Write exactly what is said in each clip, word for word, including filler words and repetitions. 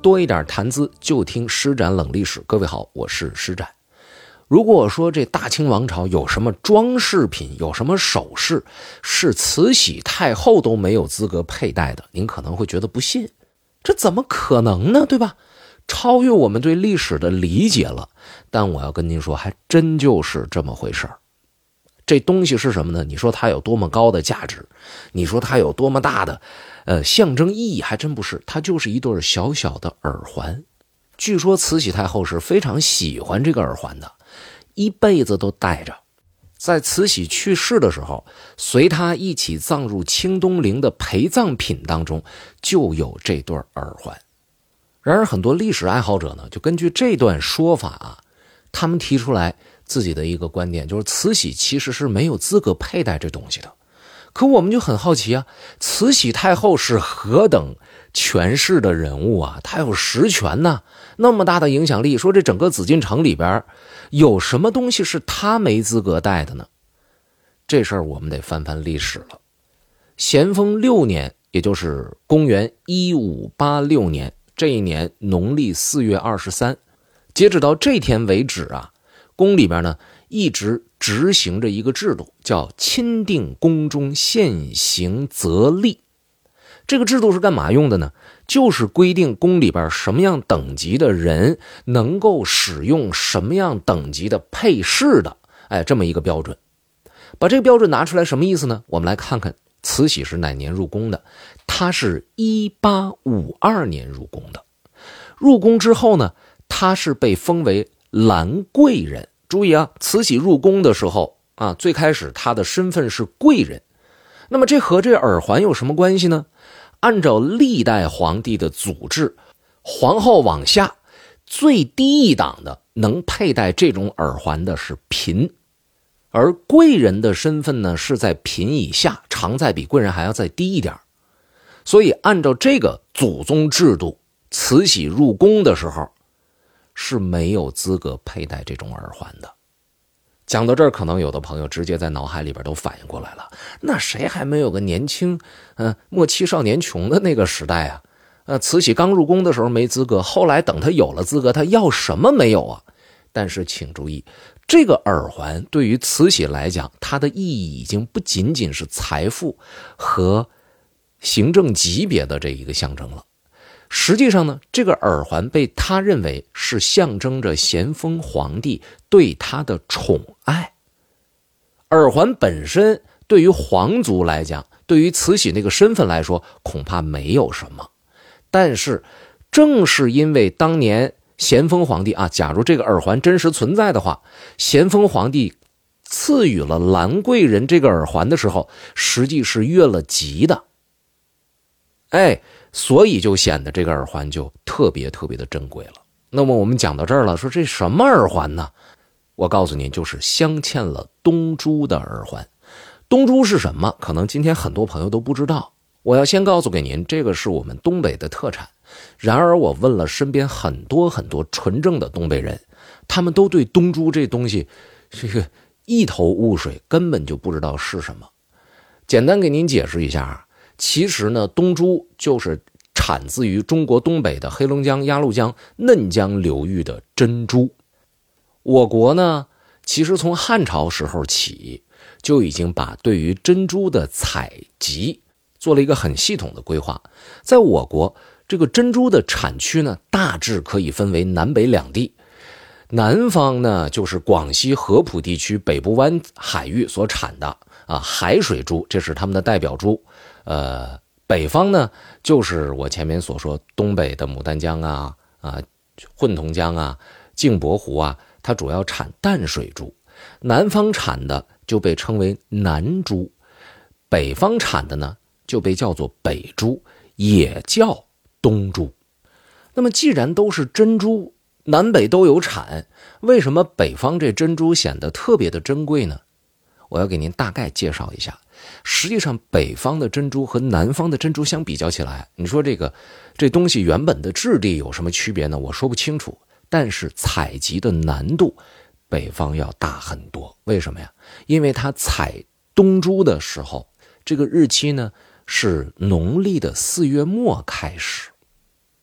多一点谈资，就听施展冷历史。各位好，我是施展。如果我说这大清王朝有什么装饰品，有什么首饰是慈禧太后都没有资格佩戴的，您可能会觉得不信，这怎么可能呢？对吧？超越我们对历史的理解了。但我要跟您说，还真就是这么回事儿。这东西是什么呢？你说它有多么高的价值，你说它有多么大的呃象征意义，还真不是。它就是一对小小的耳环。据说慈禧太后是非常喜欢这个耳环的，一辈子都戴着。在慈禧去世的时候，随她一起葬入清东陵的陪葬品当中就有这对耳环。然而很多历史爱好者呢，就根据这段说法啊，他们提出来自己的一个观点，就是慈禧其实是没有资格佩戴这东西的。可我们就很好奇啊，慈禧太后是何等权势的人物啊，她有实权呐、啊，那么大的影响力，说这整个紫禁城里边有什么东西是她没资格戴的呢？这事儿我们得翻翻历史了。咸丰六年，也就是公元一五八六年，这一年农历四月二十三，截止到这天为止啊，宫里边呢一直执行着一个制度，叫钦定宫中现行则例。这个制度是干嘛用的呢？就是规定宫里边什么样等级的人能够使用什么样等级的配饰的，哎，这么一个标准。把这个标准拿出来什么意思呢？我们来看看慈禧是哪年入宫的。她是一八五二年入宫的。入宫之后呢，她是被封为兰贵人。注意啊，慈禧入宫的时候啊，最开始她的身份是贵人。那么这和这耳环有什么关系呢？按照历代皇帝的祖制，皇后往下最低一档的能佩戴这种耳环的是嫔，而贵人的身份呢是在嫔以下，常在比贵人还要再低一点。所以按照这个祖宗制度，慈禧入宫的时候是没有资格佩戴这种耳环的。讲到这儿，可能有的朋友直接在脑海里边都反应过来了，那谁还没有个年轻呃莫欺少年穷的那个时代啊？呃慈禧刚入宫的时候没资格，后来等她有了资格，她要什么没有啊？但是请注意，这个耳环对于慈禧来讲，它的意义已经不仅仅是财富和行政级别的这一个象征了。实际上呢，这个耳环被他认为是象征着咸丰皇帝对他的宠爱。耳环本身对于皇族来讲，对于慈禧那个身份来说恐怕没有什么，但是正是因为当年咸丰皇帝啊，假如这个耳环真实存在的话，咸丰皇帝赐予了兰贵人这个耳环的时候，实际是越了级的。哎，所以就显得这个耳环就特别特别的珍贵了。那么我们讲到这儿了，说这什么耳环呢？我告诉您，就是镶嵌了东珠的耳环。东珠是什么？可能今天很多朋友都不知道。我要先告诉给您，这个是我们东北的特产。然而我问了身边很多很多纯正的东北人，他们都对东珠这东西这个一头雾水，根本就不知道是什么。简单给您解释一下啊，其实呢，东珠就是产自于中国东北的黑龙江、鸭绿江、嫩江流域的珍珠。我国呢，其实从汉朝时候起，就已经把对于珍珠的采集做了一个很系统的规划。在我国，这个珍珠的产区呢，大致可以分为南北两地。南方呢，就是广西合浦地区北部湾海域所产的啊海水珠，这是他们的代表珠。呃，北方呢，就是我前面所说东北的牡丹江啊、啊混同江啊、镜泊湖啊，它主要产淡水珠。南方产的就被称为南珠，北方产的呢就被叫做北珠，也叫东珠。那么既然都是珍珠，南北都有产，为什么北方这珍珠显得特别的珍贵呢？我要给您大概介绍一下。实际上北方的珍珠和南方的珍珠相比较起来，你说这个这东西原本的质地有什么区别呢？我说不清楚，但是采集的难度北方要大很多。为什么呀？因为它采东珠的时候，这个日期呢是农历的四月末开始。各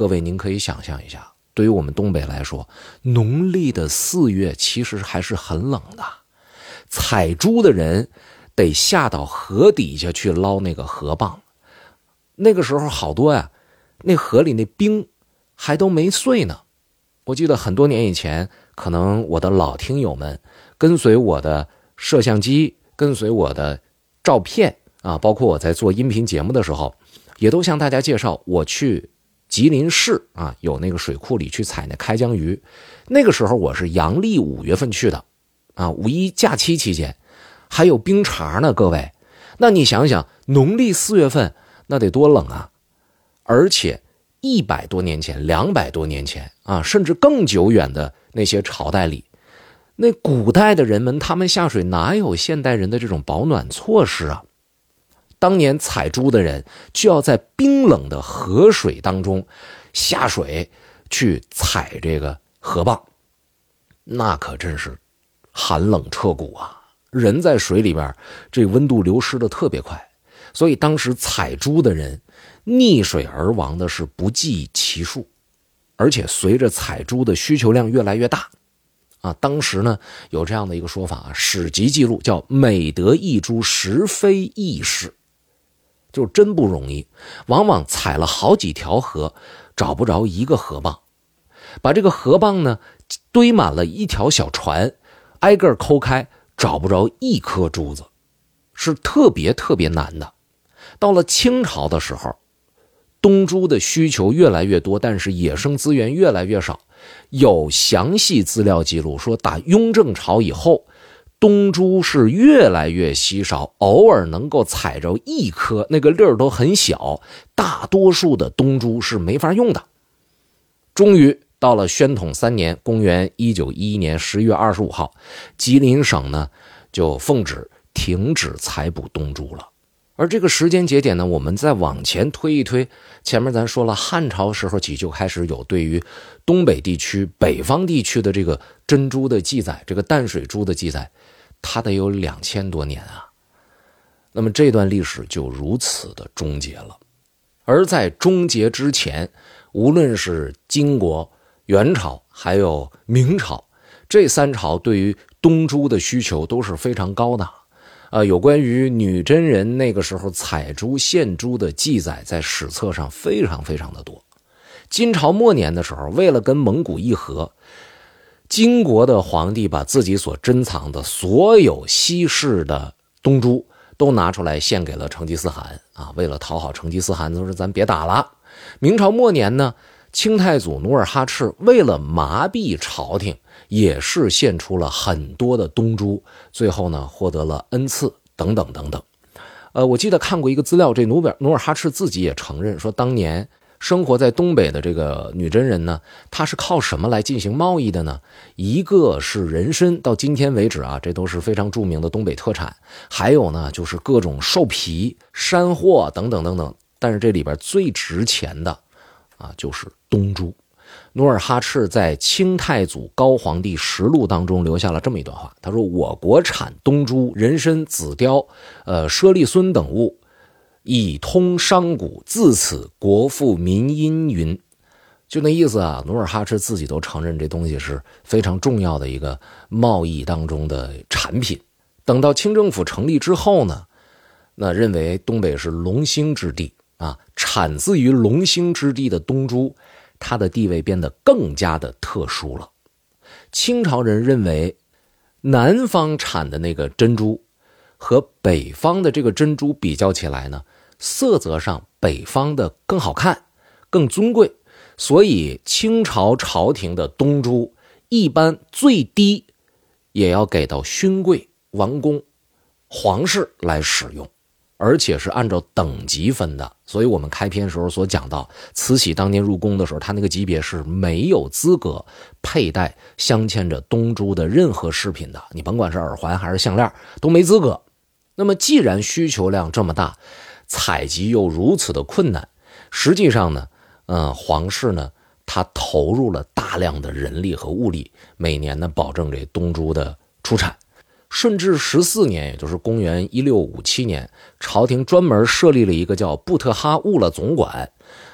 各位您可以想象一下，对于我们东北来说，农历的四月其实还是很冷的，采珠的人得下到河底下去捞那个河蚌。那个时候好多呀，那河里那冰还都没碎呢。我记得很多年以前，可能我的老听友们跟随我的摄像机，跟随我的照片啊，包括我在做音频节目的时候，也都向大家介绍我去吉林市啊，有那个水库里去采那开江鱼。那个时候我是阳历五月份去的啊，五一假期期间还有冰碴呢，各位。那你想想，农历四月份那得多冷啊！而且一百多年前、两百多年前啊，甚至更久远的那些朝代里，那古代的人们他们下水哪有现代人的这种保暖措施啊？当年采珠的人就要在冰冷的河水当中下水去采这个河蚌，那可真是寒冷彻骨啊！人在水里边，这温度流失的特别快，所以当时采珠的人溺水而亡的是不计其数。而且随着采珠的需求量越来越大啊，当时呢有这样的一个说法啊，史籍记录叫每得一珠实非易事，就真不容易，往往采了好几条河找不着一个河蚌，把这个河蚌呢堆满了一条小船，挨个抠开找不着一颗珠子，是特别特别难的。到了清朝的时候，东珠的需求越来越多，但是野生资源越来越少。有详细资料记录说，打雍正朝以后，东珠是越来越稀少，偶尔能够采着一颗，那个粒儿都很小，大多数的东珠是没法用的。终于到了宣统三年，公元一九一一年十月二十五号，吉林省呢就奉旨停止采捕东珠了。而这个时间节点呢，我们再往前推一推，前面咱说了，汉朝时候起就开始有对于东北地区、北方地区的这个珍珠的记载，这个淡水珠的记载，它得有两千多年啊。那么这段历史就如此的终结了。而在终结之前，无论是金国、元朝还有明朝，这三朝对于东珠的需求都是非常高的。呃，有关于女真人那个时候采珠献珠的记载，在史册上非常非常的多。金朝末年的时候，为了跟蒙古议和，金国的皇帝把自己所珍藏的所有稀世的东珠都拿出来献给了成吉思汗啊，为了讨好成吉思汗，就说咱别打了。明朝末年呢，清太祖努尔哈赤为了麻痹朝廷，也是献出了很多的东珠，最后呢获得了恩赐等等等等。呃，我记得看过一个资料，这努尔努尔哈赤自己也承认说，当年生活在东北的这个女真人呢，她是靠什么来进行贸易的呢？一个是人参，到今天为止啊，这都是非常著名的东北特产。还有呢，就是各种兽皮、山货等等等等。但是这里边最值钱的啊，就是东珠。努尔哈赤在清太祖高皇帝实录当中留下了这么一段话，他说：“我国产东珠、人参、紫貂、呃猞猁孙等物，以通商贾，自此国富民殷云。”就那意思啊，努尔哈赤自己都承认这东西是非常重要的一个贸易当中的产品。等到清政府成立之后呢，那认为东北是龙兴之地啊，产自于龙兴之地的东珠，它的地位变得更加的特殊了。清朝人认为南方产的那个珍珠和北方的这个珍珠比较起来呢，色泽上北方的更好看，更尊贵，所以清朝朝廷的东珠一般最低也要给到勋贵、王公、皇室来使用，而且是按照等级分的。所以我们开篇时候所讲到，慈禧当年入宫的时候，她那个级别是没有资格佩戴镶嵌着东珠的任何饰品的，你甭管是耳环还是项链都没资格。那么既然需求量这么大，采集又如此的困难，实际上呢，呃，皇室呢，他投入了大量的人力和物力，每年呢保证这东珠的出产。顺治十四年，也就是公元一六五七年，朝廷专门设立了一个叫布特哈兀勒总管，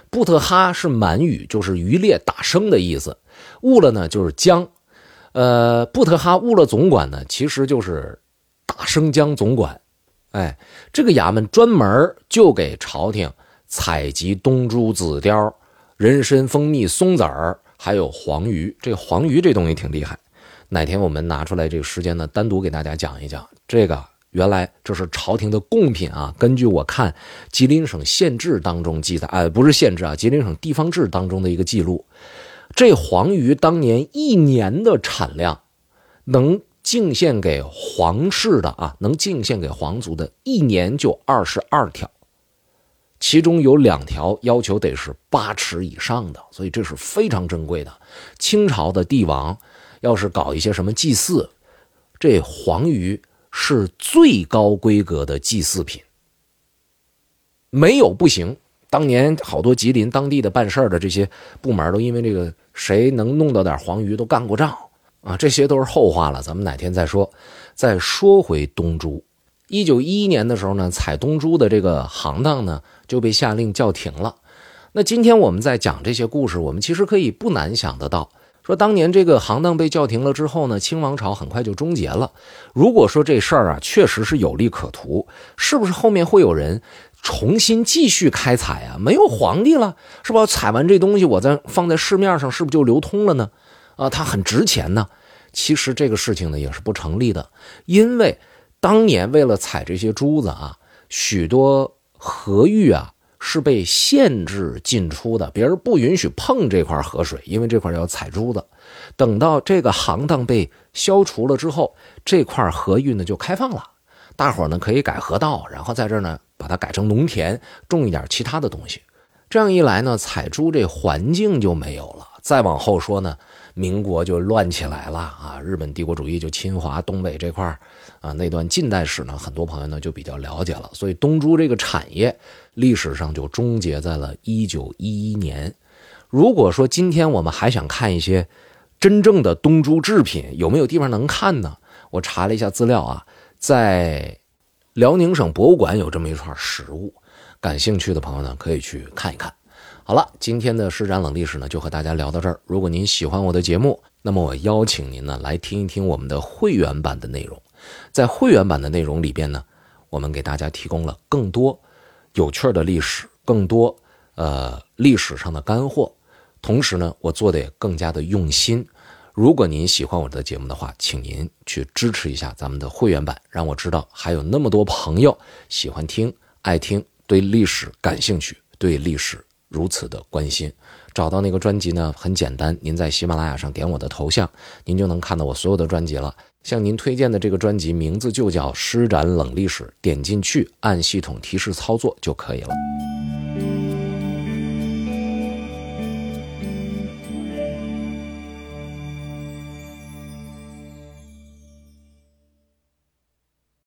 布特哈是满语，就是渔猎打生的意思。兀了呢就是江，呃，布特哈兀了总管呢其实就是打生江总管。哎，这个衙门专门就给朝廷采集东珠、紫貂、人参、蜂蜜、松子儿，还有黄鱼。这个黄鱼这东西挺厉害，哪天我们拿出来这个时间呢，单独给大家讲一讲。这个原来这是朝廷的贡品啊。根据我看吉林省县志当中记载，哎，不是县志啊，吉林省地方志当中的一个记录，这黄鱼当年一年的产量能敬献给皇室的啊，能敬献给皇族的一年就二十二条，其中有两条要求得是八尺以上的，所以这是非常珍贵的。清朝的帝王要是搞一些什么祭祀，这黄鱼是最高规格的祭祀品，没有不行。当年好多吉林当地的办事的这些部门都因为这个谁能弄到点黄鱼都干过仗啊，这些都是后话了，咱们哪天再说。再说回东珠，一九一一年的时候呢，采东珠的这个行当呢就被下令叫停了。那今天我们在讲这些故事，我们其实可以不难想得到，说当年这个行当被叫停了之后呢，清王朝很快就终结了。如果说这事儿啊确实是有利可图，是不是后面会有人重新继续开采啊？没有皇帝了，是吧？采完这东西我再放在市面上，是不是就流通了呢？啊，它很值钱呢。其实这个事情呢也是不成立的，因为当年为了采这些珠子啊，许多河域啊是被限制进出的，别人不允许碰这块河水，因为这块要采珠子。等到这个行当被消除了之后，这块河域呢就开放了，大伙呢可以改河道，然后在这儿呢把它改成农田，种一点其他的东西。这样一来呢，采珠这环境就没有了。再往后说呢，民国就乱起来了啊，日本帝国主义就侵华东北这块啊，那段近代史呢，很多朋友呢就比较了解了。所以东珠这个产业历史上就终结在了一九一一年。如果说今天我们还想看一些真正的东珠制品，有没有地方能看呢？我查了一下资料啊，在辽宁省博物馆有这么一串实物，感兴趣的朋友呢可以去看一看。好了，今天的施展冷历史呢就和大家聊到这儿。如果您喜欢我的节目，那么我邀请您呢来听一听我们的会员版的内容。在会员版的内容里边呢，我们给大家提供了更多有趣的历史，更多呃历史上的干货，同时呢我做的也更加的用心。如果您喜欢我的节目的话，请您去支持一下咱们的会员版，让我知道还有那么多朋友喜欢听、爱听，对历史感兴趣，对历史如此的关心。找到那个专辑呢很简单，您在喜马拉雅上点我的头像，您就能看到我所有的专辑了。像您推荐的这个专辑名字就叫施展冷历史，点进去按系统提示操作就可以了。